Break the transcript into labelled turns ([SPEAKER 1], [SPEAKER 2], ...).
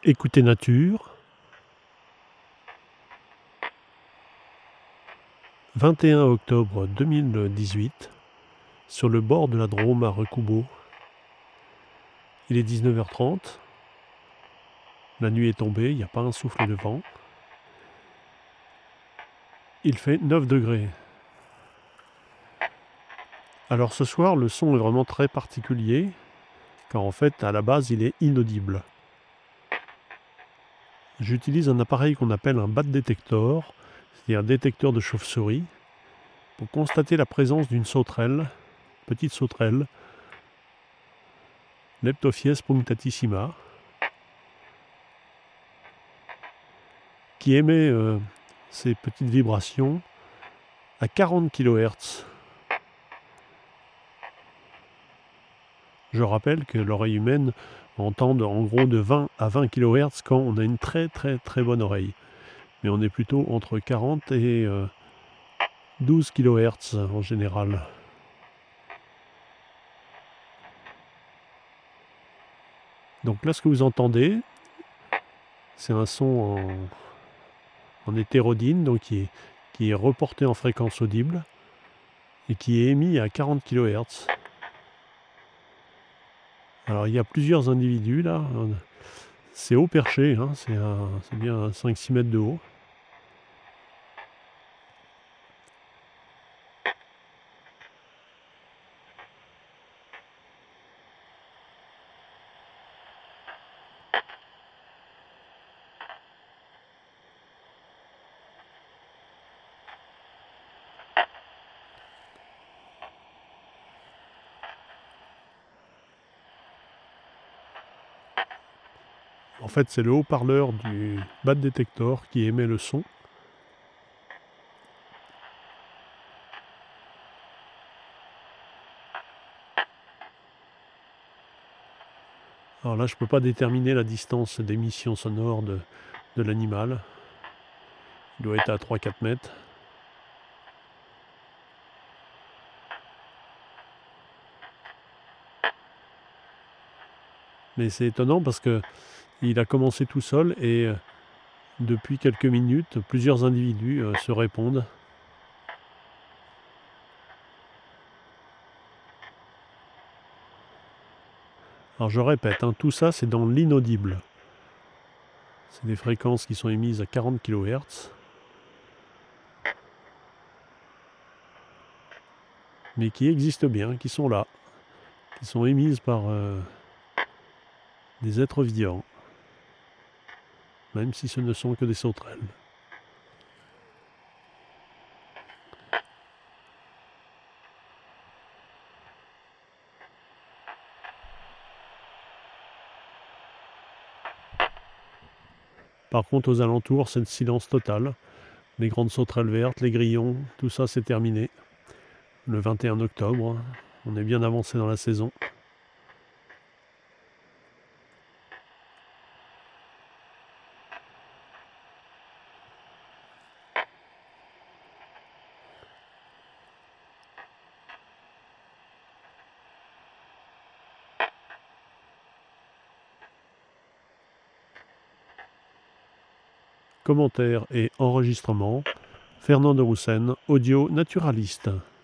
[SPEAKER 1] Écoutez Nature, 21 octobre 2018, sur le bord de la Drôme à Recoubeau. Il est 19h30, la nuit est tombée, il n'y a pas un souffle de vent. Il fait 9 degrés. Alors ce soir, le son est vraiment très particulier, car en fait, à la base, il est inaudible. J'utilise un appareil qu'on appelle un bat détector, c'est-à-dire un détecteur de chauve-souris, pour constater la présence d'une sauterelle, petite sauterelle, Leptophies punctatissima, qui émet ces petites vibrations à 40 kHz. Je rappelle que l'oreille humaine entend en gros de 20 à 20 kHz quand on a une très très très bonne oreille. Mais on est plutôt entre 40 et 12 kHz en général. Donc là, ce que vous entendez, c'est un son en hétérodyne, donc qui est reporté en fréquence audible et qui est émis à 40 kHz. Alors il y a plusieurs individus là, c'est haut perché, hein, c'est bien 5-6 mètres de haut. En fait, c'est le haut-parleur du bat détector qui émet le son. Alors là, je ne peux pas déterminer la distance d'émission sonore de l'animal. Il doit être à 3-4 mètres. Mais c'est étonnant parce qu'il a commencé tout seul et depuis quelques minutes, plusieurs individus se répondent. Alors je répète, tout ça c'est dans l'inaudible. C'est des fréquences qui sont émises à 40 kHz. Mais qui existent bien, qui sont là, qui sont émises par des êtres vivants, même si ce ne sont que des sauterelles. Par contre, aux alentours, c'est le silence total. Les grandes sauterelles vertes, les grillons, tout ça c'est terminé. Le 21 octobre, on est bien avancé dans la saison. Commentaires et enregistrements, Fernand de Roussen, audio naturaliste.